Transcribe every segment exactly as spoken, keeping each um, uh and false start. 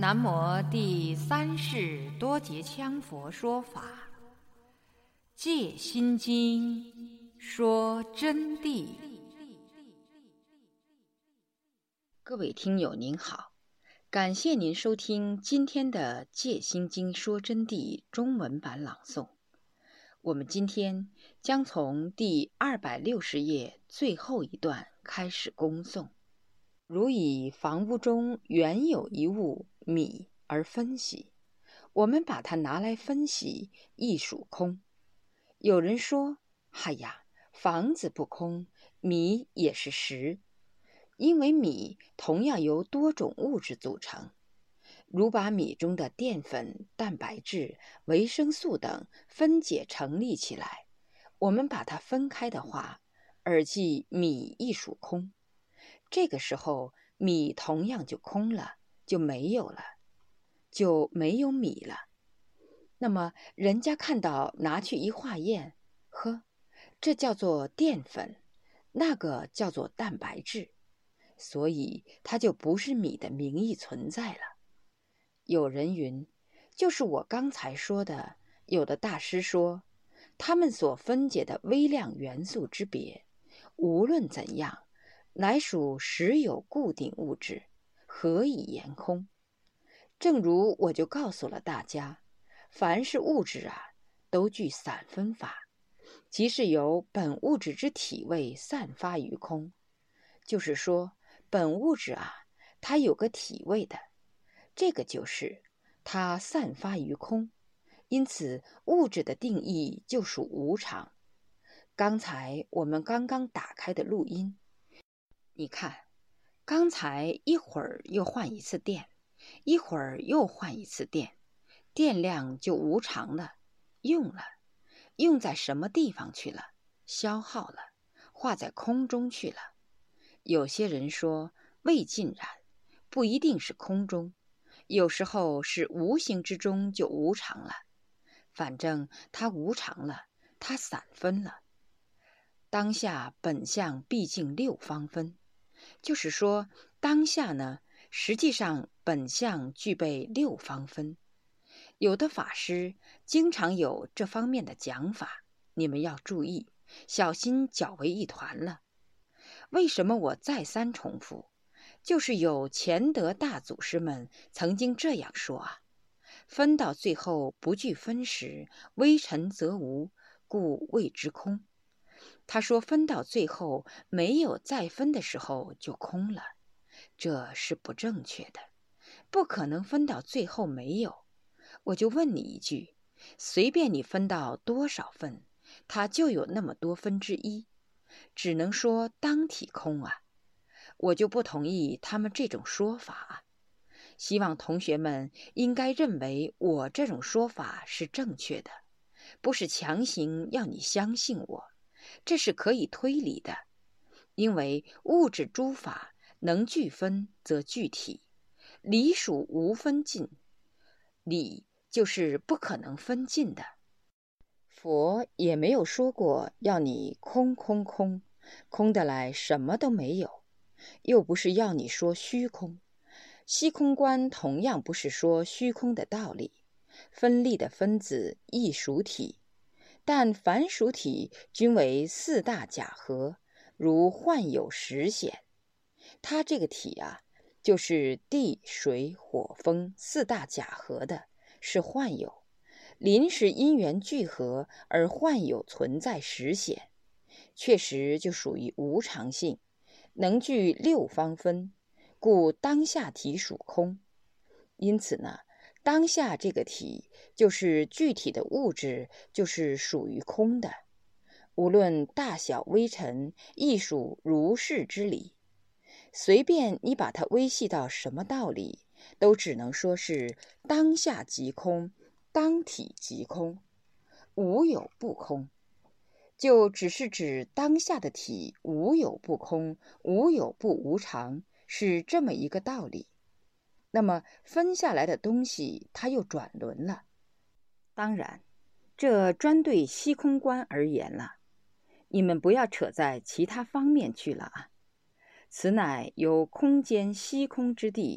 南无第三世多杰羌佛说法，戒心经说真谛。各位听友您好，感谢您收听今天的戒心经说真谛中文版朗诵。我们今天将从第二百六十页最后一段开始恭诵。如以房屋中原有一物米而分析，我们把它拿来分析，亦属空。有人说，哎呀，房子不空，米也是实，因为米同样由多种物质组成。如把米中的淀粉、蛋白质、维生素等分解成立起来，我们把它分开的话，而即米亦属空。这个时候，米同样就空了，就没有了，就没有米了。那么人家看到拿去一化验，呵，这叫做淀粉，那个叫做蛋白质，所以它就不是米的名义存在了。有人云，就是我刚才说的，有的大师说，他们所分解的微量元素之别，无论怎样，乃属实有固定物质，何以言空？正如我就告诉了大家，凡是物质啊，都具散分法，即是由本物质之体位散发于空。就是说，本物质啊，它有个体位的，这个就是它散发于空，因此物质的定义就属无常。刚才我们刚刚打开的录音，你看，刚才一会儿又换一次电，一会儿又换一次电，电量就无常了，用了，用在什么地方去了？消耗了，化在空中去了。有些人说未尽然，不一定是空中，有时候是无形之中就无常了。反正它无常了，它散分了。当下本相毕竟六方分，就是说当下呢，实际上本相具备六方分。有的法师经常有这方面的讲法，你们要注意，小心搅为一团了。为什么我再三重复？就是有前德大祖师们曾经这样说啊，分到最后不具分时，微尘则无，故谓之空。他说分到最后没有再分的时候就空了，这是不正确的，不可能分到最后没有。我就问你一句，随便你分到多少分，它就有那么多分之一，只能说当体空啊。我就不同意他们这种说法啊。希望同学们应该认为我这种说法是正确的，不是强行要你相信我，这是可以推理的。因为物质诸法能具分则具体，理属无分尽，理就是不可能分尽的。佛也没有说过要你空空空，空得来什么都没有，又不是要你说虚空。虚空观同样不是说虚空的道理，分立的分子亦属体，但凡属体均为四大假合，如幻有实显。它这个体啊，就是地水火风四大假合的，是幻有，临时因缘聚合而幻有存在实显，确实就属于无常性，能具六方分，故当下体属空。因此呢，当下这个体就是具体的物质，就是属于空的，无论大小微尘，亦属如是之理。随便你把它微细到什么道理，都只能说是当下即空，当体即空，无有不空，就只是指当下的体无有不空，无有不无常，是这么一个道理。那么分下来的东西它又转轮了，当然这专对虚空观而言了，你们不要扯在其他方面去了啊。此乃有空间虚空之地，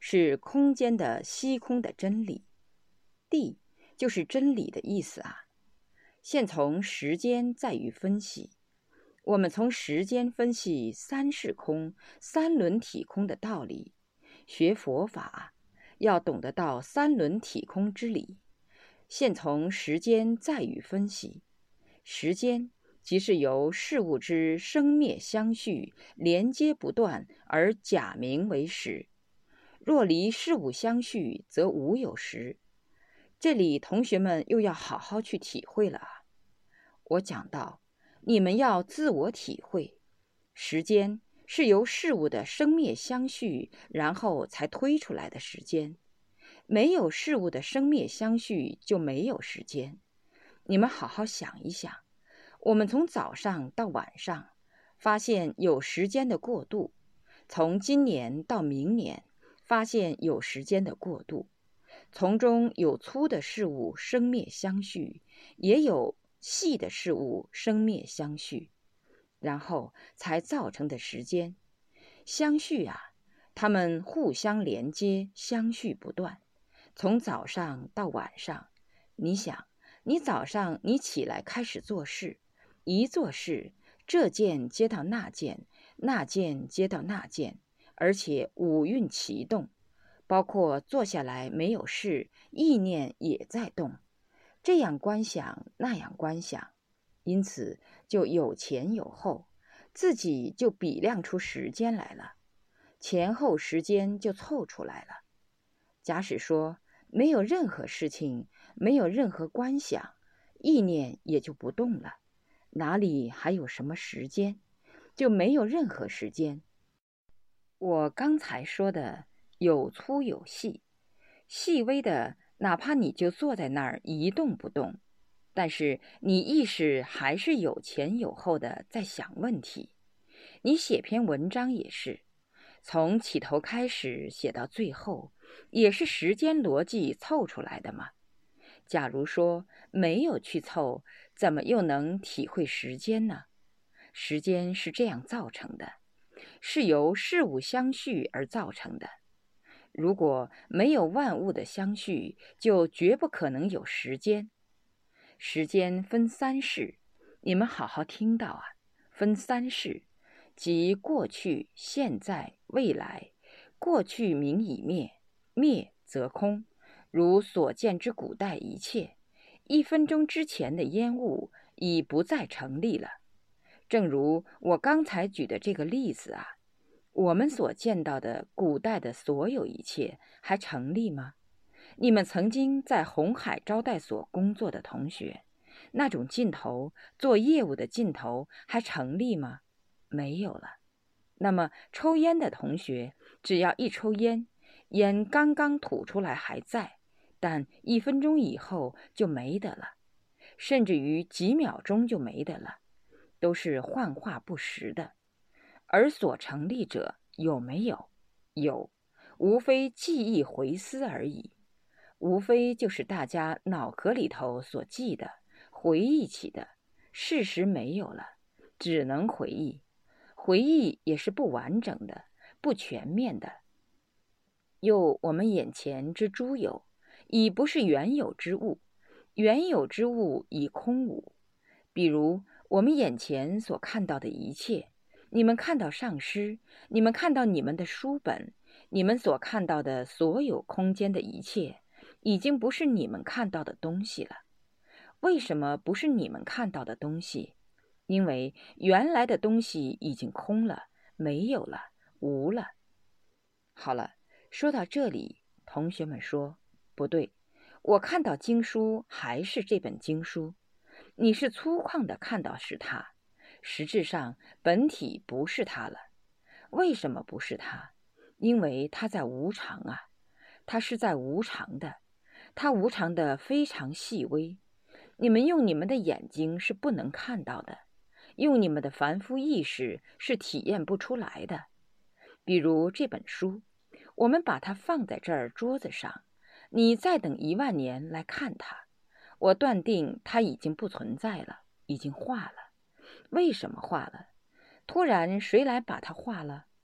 是空间的虚空的真理，地就是真理的意思啊。现从时间在于分析，我们从时间分析三世空、三轮体空的道理。学佛法要懂得到三轮体空之理，现从时间在于分析。时间即是由事物之生灭相续连接不断而假名为时，若离事物相续，则无有时。这里同学们又要好好去体会了啊！我讲到，你们要自我体会，时间是由事物的生灭相续，然后才推出来的时间。没有事物的生灭相续，就没有时间。你们好好想一想，我们从早上到晚上，发现有时间的过渡；从今年到明年，发现有时间的过渡。从中有粗的事物生灭相续，也有细的事物生灭相续，然后才造成的时间。相续啊，它们互相连接，相续不断。从早上到晚上，你想，你早上你起来开始做事，一做事，这件接到那件，那件接到那件，而且五蕴齐动，包括坐下来没有事，意念也在动，这样观想，那样观想，因此就有前有后，自己就比量出时间来了，前后时间就凑出来了。假使说没有任何事情，没有任何观想，意念也就不动了，哪里还有什么时间？就没有任何时间。我刚才说的有粗有细，细微的哪怕你就坐在那儿一动不动，但是你意识还是有前有后的在想问题。你写篇文章也是，从起头开始写到最后，也是时间逻辑凑出来的嘛。假如说没有去凑，怎么又能体会时间呢？时间是这样造成的，是由事物相续而造成的。如果没有万物的相续，就绝不可能有时间。时间分三世，你们好好听到啊，分三世，即过去、现在、未来。过去名已灭，灭则空，如所见之古代一切，一分钟之前的烟雾已不再成立了。正如我刚才举的这个例子啊，我们所见到的古代的所有一切还成立吗？你们曾经在红海招待所工作的同学，那种劲头，做业务的劲头还成立吗？没有了。那么抽烟的同学，只要一抽烟，烟刚刚吐出来还在，但一分钟以后就没得了，甚至于几秒钟就没得了，都是幻化不实的。而所成立者有没有？有，无非记忆回思而已，无非就是大家脑壳里头所记的，回忆起的，事实没有了，只能回忆。回忆也是不完整的，不全面的。又我们眼前之诸有，已不是原有之物，原有之物已空无。比如我们眼前所看到的一切，你们看到上师，你们看到你们的书本，你们所看到的所有空间的一切，已经不是你们看到的东西了。为什么不是你们看到的东西？因为原来的东西已经空了，没有了，无了。好了，说到这里，同学们说，不对，我看到经书还是这本经书，你是粗犷的看到是它，实质上本体不是它了。为什么不是它？因为它在无常啊，它是在无常的，它无常的非常细微，你们用你们的眼睛是不能看到的，用你们的凡夫意识是体验不出来的。比如这本书，我们把它放在这儿桌子上，你再等一万年来看它，我断定它已经不存在了，已经化了。为什么化了？突然谁来把它化了？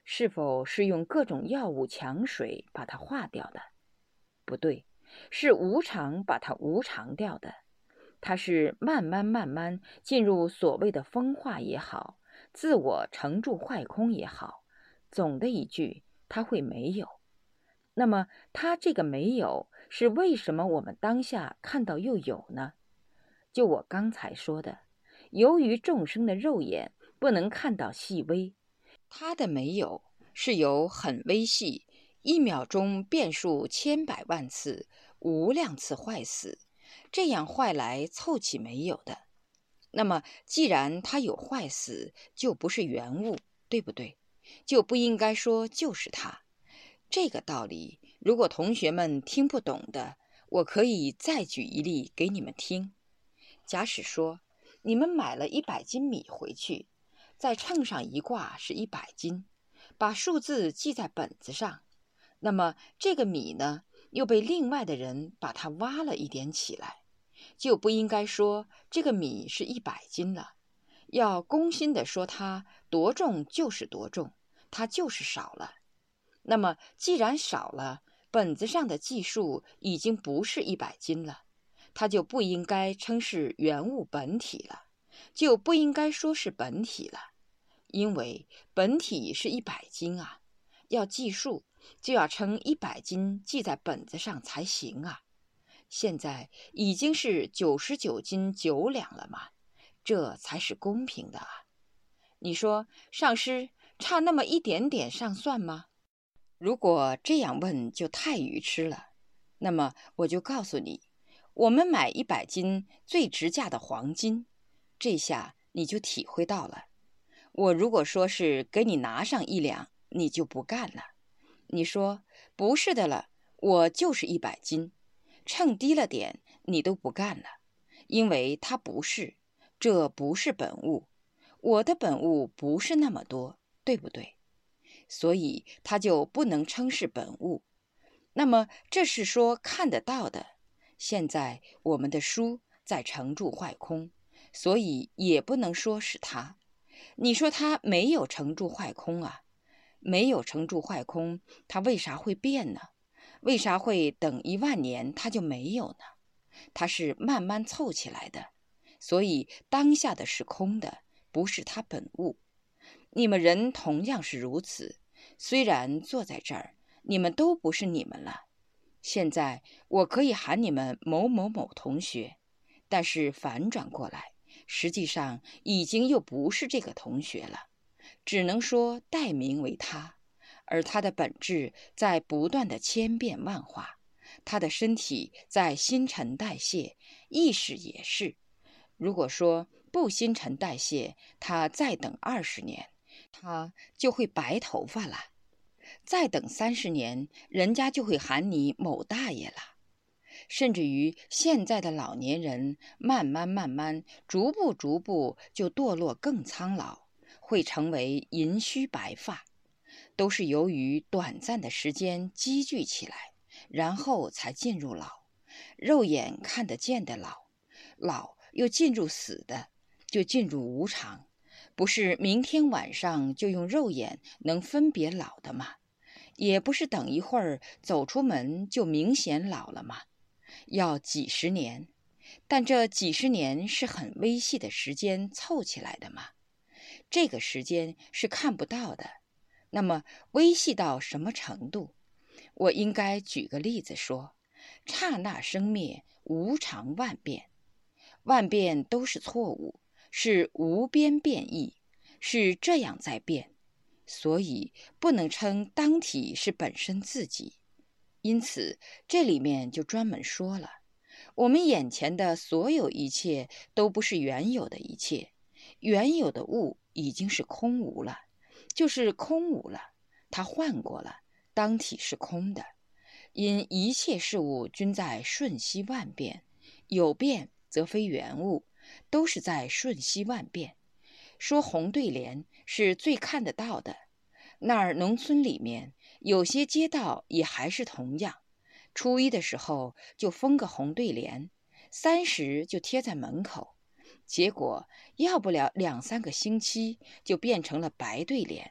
是否是用各种药物强水把它化掉的？不对，是无常把它无常掉的。它是慢慢慢慢进入所谓的风化也好，自我成住坏空也好，总的一句，它会没有。那么它这个没有是为什么我们当下看到又有呢？就我刚才说的，由于众生的肉眼不能看到细微，它的没有是由很微细，一秒钟变数千百万次、无量次坏死，这样坏来凑起没有的。那么既然它有坏死，就不是原物，对不对？就不应该说就是它。这个道理，如果同学们听不懂的，我可以再举一例给你们听。假使说，你们买了一百斤米回去，在秤上一挂是一百斤，把数字记在本子上，那么这个米呢，又被另外的人把它挖了一点起来，就不应该说这个米是一百斤了，要公心地说它多重就是多重，它就是少了。那么既然少了，本子上的记数已经不是一百斤了，它就不应该称是原物本体了，就不应该说是本体了，因为本体是一百斤啊，要计数就要称一百斤记在本子上才行啊。现在已经是九十九斤九两了嘛，这才是公平的啊。你说上师差那么一点点上算吗？如果这样问就太愚痴了。那么我就告诉你，我们买一百斤最值价的黄金，这下你就体会到了。我如果说是给你拿上一两，你就不干了。你说不是的了，我就是一百斤，秤低了点，你都不干了，因为它不是，这不是本物，我的本物不是那么多，对不对？所以它就不能称是本物。那么这是说看得到的。现在我们的书在成住坏空，所以也不能说是它。你说它没有成住坏空啊？没有成住坏空，它为啥会变呢？为啥会等一万年它就没有呢？它是慢慢凑起来的，所以当下的是空的，不是它本物。你们人同样是如此，虽然坐在这儿，你们都不是你们了。现在我可以喊你们某某某同学，但是反转过来，实际上已经又不是这个同学了，只能说代名为他，而他的本质在不断的千变万化，他的身体在新陈代谢，意识也是。如果说不新陈代谢，他再等二十年，他就会白头发了。再等三十年，人家就会喊你某大爷了。甚至于现在的老年人，慢慢慢慢，逐步逐步就堕落更苍老，会成为银须白发，都是由于短暂的时间积聚起来，然后才进入老，肉眼看得见的老，老又进入死的，就进入无常。不是明天晚上就用肉眼能分别老的吗？也不是等一会儿走出门就明显老了吗？要几十年，但这几十年是很微细的时间凑起来的嘛。这个时间是看不到的，那么微细到什么程度？我应该举个例子说，刹那生灭，无常万变，万变都是错误，是无边变异，是这样在变，所以不能称当体是本身自己。因此这里面就专门说了，我们眼前的所有一切都不是原有的一切，原有的物已经是空无了，就是空无了，它换过了，当体是空的。因一切事物均在瞬息万变，有变则非原物，都是在瞬息万变。说红对联是最看得到的，那儿农村里面有些街道也还是同样，初一的时候就封个红对联，三十就贴在门口，结果要不了两三个星期就变成了白对联，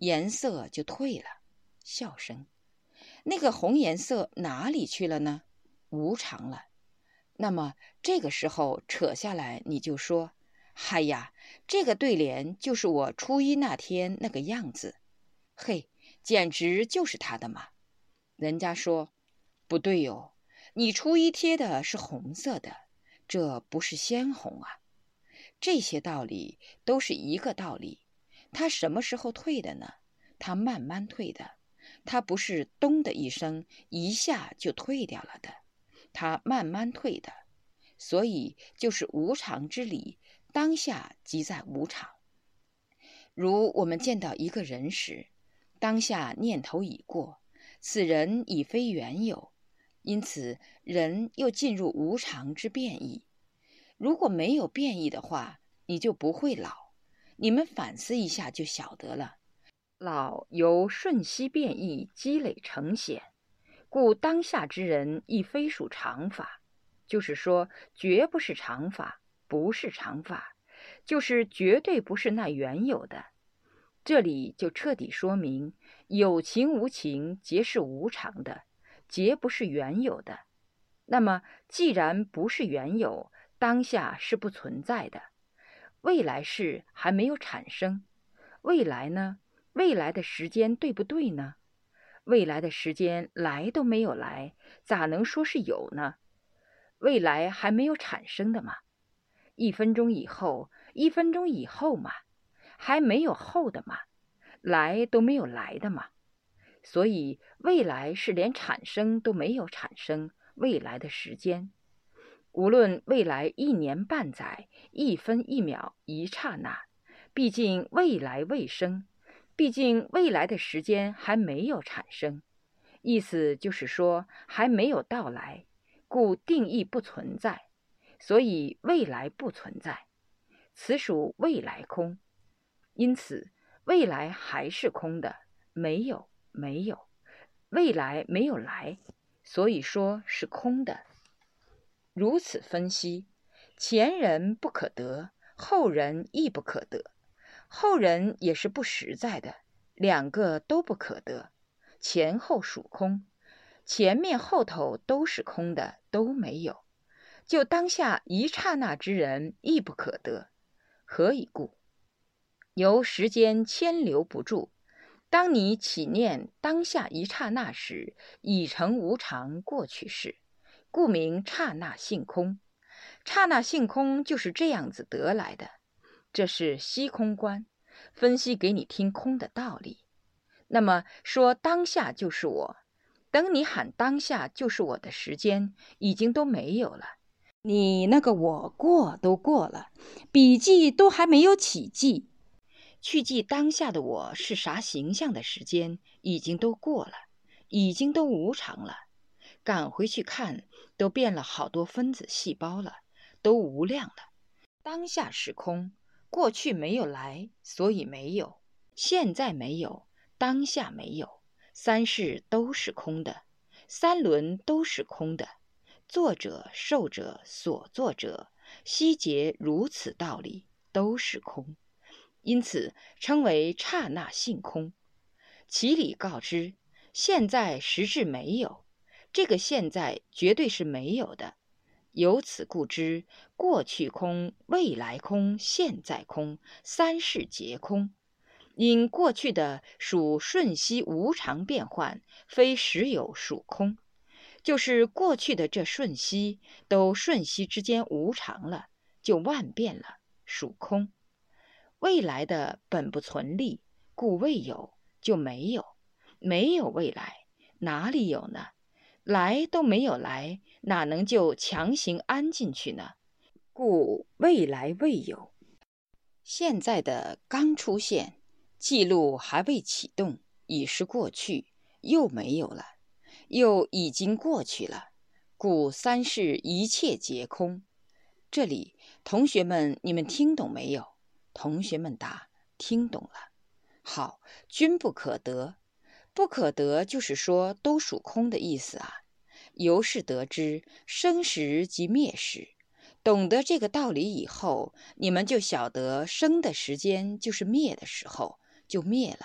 颜色就退了。笑声。那个红颜色哪里去了呢？无常了。那么这个时候扯下来，你就说，嗨呀，这个对联就是我初一那天那个样子。嘿，简直就是他的嘛。人家说，不对哟，你初一贴的是红色的，这不是鲜红啊。这些道理都是一个道理。它什么时候退的呢？它慢慢退的，它不是咚的一声一下就退掉了的，它慢慢退的。所以就是无常之理，当下即在无常。如我们见到一个人时，当下念头已过，此人已非原有，因此人又进入无常之变异。如果没有变异的话，你就不会老。你们反思一下就晓得了。老由瞬息变异积累成显，故当下之人亦非属常法。就是说，绝不是常法，不是常法，就是绝对不是那原有的。这里就彻底说明，有情无情皆是无常的，皆不是原有的。那么既然不是原有，当下是不存在的，未来事还没有产生。未来呢？未来的时间对不对呢？未来的时间来都没有来，咋能说是有呢？未来还没有产生的嘛。一分钟以后，一分钟以后嘛，还没有后的嘛，来都没有来的嘛。所以未来是连产生都没有产生未来的时间。无论未来一年半载，一分一秒，一刹那，毕竟未来未生，毕竟未来的时间还没有产生。意思就是说还没有到来，故定义不存在，所以未来不存在，此属未来空。因此未来还是空的，没有没有，未来没有来，所以说是空的。如此分析，前人不可得，后人亦不可得，后人也是不实在的，两个都不可得。前后属空，前面后头都是空的，都没有。就当下一刹那之人亦不可得。何以故？由时间牵留不住。当你起念当下一刹那时，已成无常过去式，故名刹那性空。刹那性空就是这样子得来的。这是析空观，分析给你听空的道理。那么说当下就是我，等你喊当下就是我的时间已经都没有了，你那个我过都过了，笔记都还没有起记，去记当下的我是啥形象的时间已经都过了，已经都无常了。赶回去看，都变了好多分子细胞了，都无量了。当下是空，过去没有来，所以没有，现在没有，当下没有，三世都是空的，三轮都是空的，作者、受者、所作者，悉皆如此道理，都是空，因此称为刹那性空。其理告知，现在实质没有，这个现在绝对是没有的。由此故知，过去空，未来空，现在空，三世皆空。因过去的属瞬息无常变幻，非实有属空，就是过去的这瞬息都瞬息之间无常了，就万变了，属空。未来的本不存立，故未有，就没有，没有未来，哪里有呢？来都没有来，哪能就强行安进去呢？故未来未有。现在的刚出现，记录还未启动，已是过去，又没有了，又已经过去了，故三世一切皆空。这里同学们，你们听懂没有？同学们答：听懂了。好，均不可得。不可得就是说都属空的意思啊。由是得知生时即灭时，懂得这个道理以后，你们就晓得生的时间就是灭的时候，就灭了。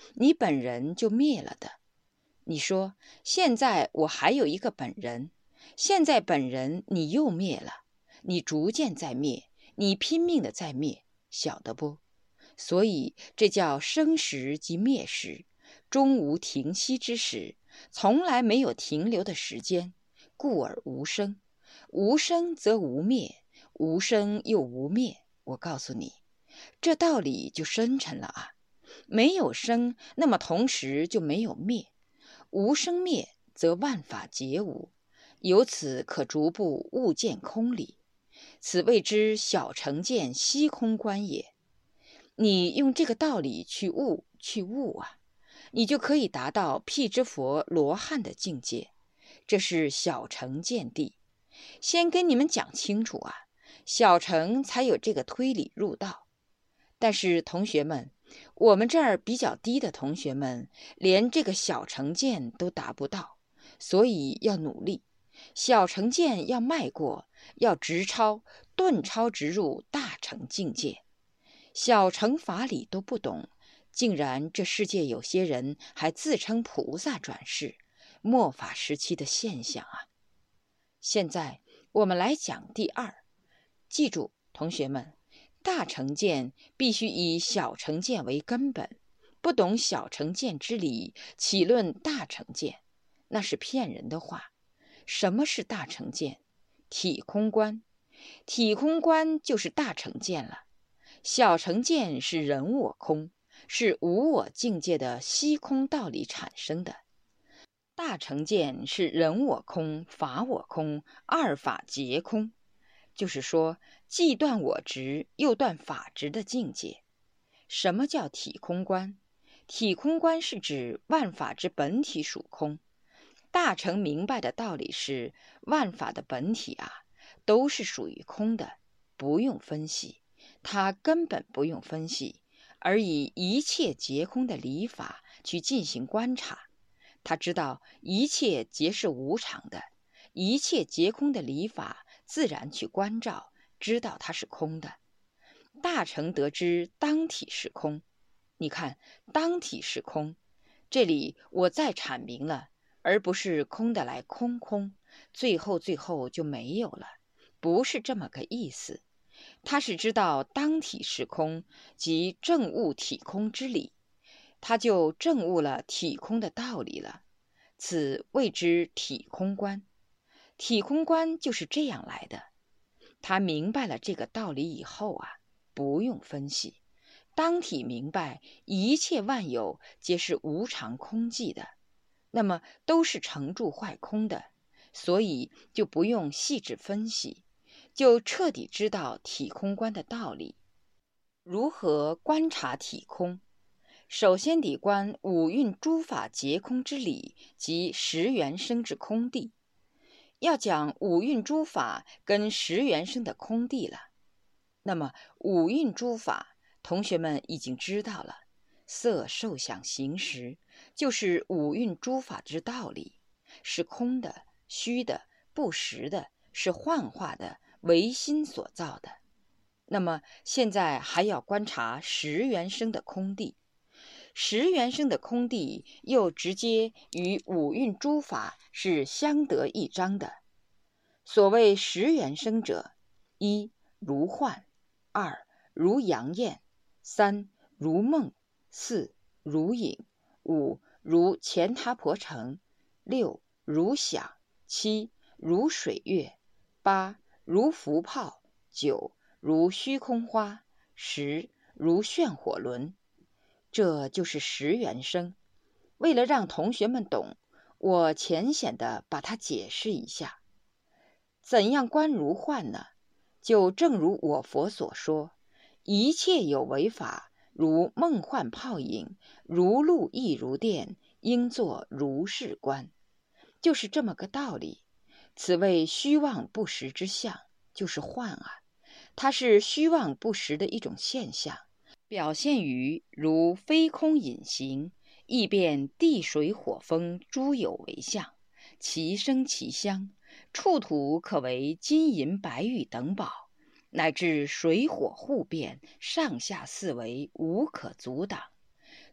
你本人就灭了的。你说现在我还有一个本人，现在本人你又灭了，你逐渐在灭，你拼命的在灭，晓得不？所以这叫生时即灭时，终无停息之时，从来没有停留的时间，故而无生。无生则无灭，无生又无灭。我告诉你，这道理就深沉了啊！没有生，那么同时就没有灭。无生灭，则万法皆无，由此可逐步悟见空理。此谓之小乘见虚空观也。你用这个道理去悟，去悟啊，你就可以达到辟支佛罗汉的境界。这是小乘见地。先跟你们讲清楚啊，小乘才有这个推理入道。但是同学们，我们这儿比较低的同学们，连这个小乘见都达不到，所以要努力。小乘见要迈过，要直超，顿超直入大乘境界。小乘法理都不懂，竟然这世界有些人还自称菩萨转世，末法时期的现象啊！现在我们来讲第二，记住，同学们，大乘见必须以小乘见为根本，不懂小乘见之理，岂论大乘见？那是骗人的话。什么是大乘见？体空观，体空观就是大乘见了。小乘见是人我空，是无我境界的虚空道理产生的。大乘见是人我空、法我空、二法皆空，就是说既断我执又断法执的境界。什么叫体空观？体空观是指万法之本体属空。大乘明白的道理是，万法的本体啊，都是属于空的，不用分析，它根本不用分析，而以一切皆空的理法去进行观察。他知道一切皆是无常的，一切皆空的理法自然去关照，知道它是空的。大乘得知当体是空。你看，当体是空，这里我再阐明了，而不是空的来空空，最后最后就没有了，不是这么个意思。他是知道当体是空，即证悟体空之理，他就证悟了体空的道理了，此谓之体空观。体空观就是这样来的。他明白了这个道理以后啊，不用分析，当体明白一切万有皆是无常空寂的，那么都是成住坏空的，所以就不用细致分析，就彻底知道体空观的道理。如何观察体空？首先得观五蕴诸法皆空之理及十缘生之空地。要讲五蕴诸法跟十缘生的空地了。那么五蕴诸法，同学们已经知道了，色受想行识就是五蕴诸法之道理，是空的、虚的、不实的，是幻化的，唯心所造的。那么现在还要观察十缘生的空地。十缘生的空地又直接与五蕴诸法是相得益彰的。所谓十缘生者，一如幻，二如阳焰，三如梦，四如影，五如乾闥婆城，六如响，七如水月，八如浮泡，九如虚空花，十如炫火轮。这就是十缘生。为了让同学们懂，我浅显地把它解释一下。怎样观如幻呢？就正如我佛所说，一切有为法，如梦幻泡影，如露亦如电，应作如是观，就是这么个道理。此谓虚妄不实之相，就是幻啊，它是虚妄不实的一种现象，表现于如非空隐形，亦变地水火风诸有为相，其声其香，触土可为金银白玉等宝，乃至水火互变，上下四维无可阻挡。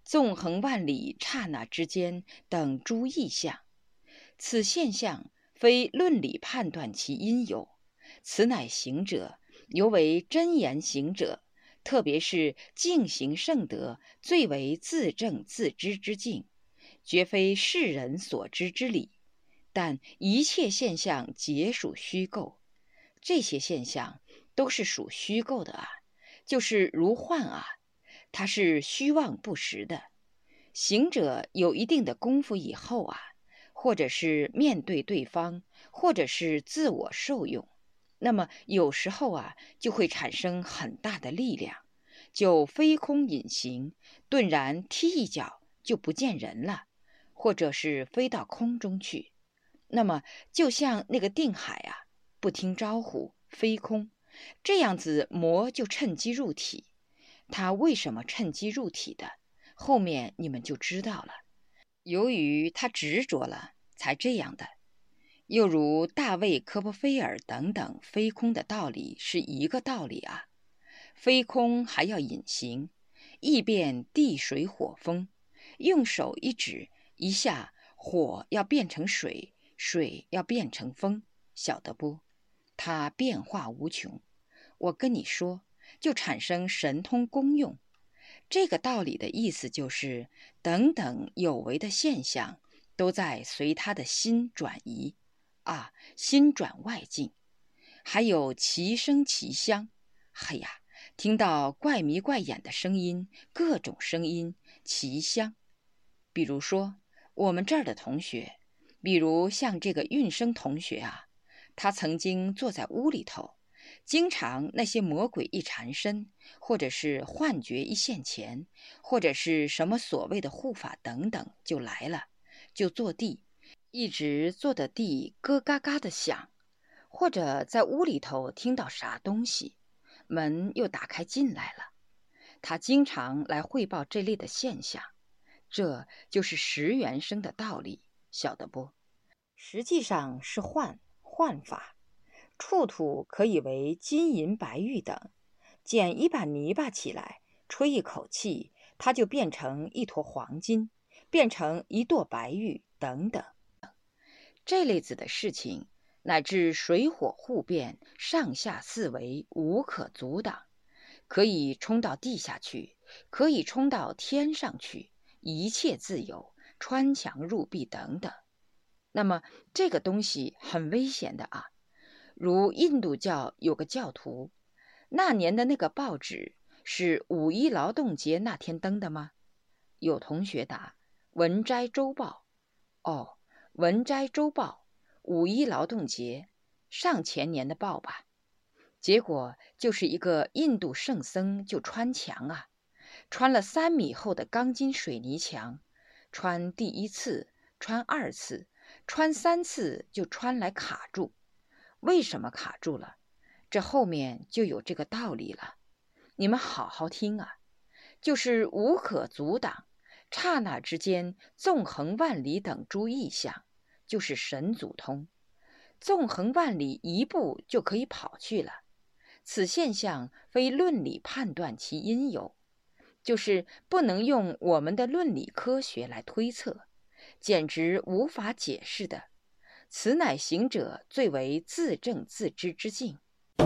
纵横万里刹那之间等诸异象。此现象非论理判断其因由，此乃行者，尤为真言行者，特别是境行圣德，最为自证自知之境，绝非世人所知之理。但一切现象皆属虚构，这些现象都是属虚构的啊，就是如幻啊，它是虚妄不实的。行者有一定的功夫以后啊，或者是面对对方，或者是自我受用，那么有时候啊，就会产生很大的力量，就飞空隐形，顿然踢一脚就不见人了，或者是飞到空中去。那么就像那个定海啊，不听招呼飞空，这样子魔就趁机入体。他为什么趁机入体的，后面你们就知道了。由于他执着了，才这样的。又如大卫·科波菲尔等等飞空的道理是一个道理啊。飞空还要隐形，易变地水火风，用手一指，一下火要变成水，水要变成风，晓得不？它变化无穷。我跟你说，就产生神通功用。这个道理的意思就是，等等有为的现象都在随他的心转移啊，心转外境。还有其声其香，哎呀，听到怪迷怪眼的声音，各种声音，其香。比如说我们这儿的同学，比如像这个运生同学啊，他曾经坐在屋里头，经常那些魔鬼一缠身，或者是幻觉一现前，或者是什么所谓的护法等等就来了，就坐地，一直坐的地咯嘎嘎的响，或者在屋里头听到啥东西，门又打开进来了。他经常来汇报这类的现象，这就是十元生的道理，晓得不？实际上是幻幻法。触土可以为金银白玉等，捡一把泥巴起来，吹一口气，它就变成一坨黄金，变成一垛白玉等等。这类子的事情，乃至水火互变，上下四维无可阻挡，可以冲到地下去，可以冲到天上去，一切自由，穿墙入壁等等。那么这个东西很危险的啊。如印度教有个教徒，那年的那个报纸是五一劳动节那天登的吗？有同学答文摘周报。哦，文摘周报，五一劳动节，上前年的报吧。结果就是一个印度圣僧就穿墙啊，穿了三米厚的钢筋水泥墙，穿第一次，穿二次，穿三次就穿来卡住。为什么卡住了？这后面就有这个道理了。你们好好听啊，就是无可阻挡，刹那之间纵横万里等诸异象，就是神祖通。纵横万里一步就可以跑去了。此现象非论理判断其因由，就是不能用我们的论理科学来推测，简直无法解释的。此乃行者最为自证自知之境。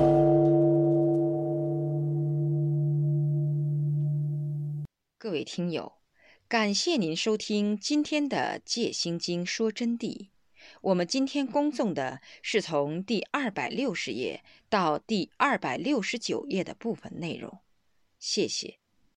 各位听友，感谢您收听今天的《戒心经说真谛》。我们今天恭诵的是从第二百六十页到第二百六十九页的部分内容。谢谢。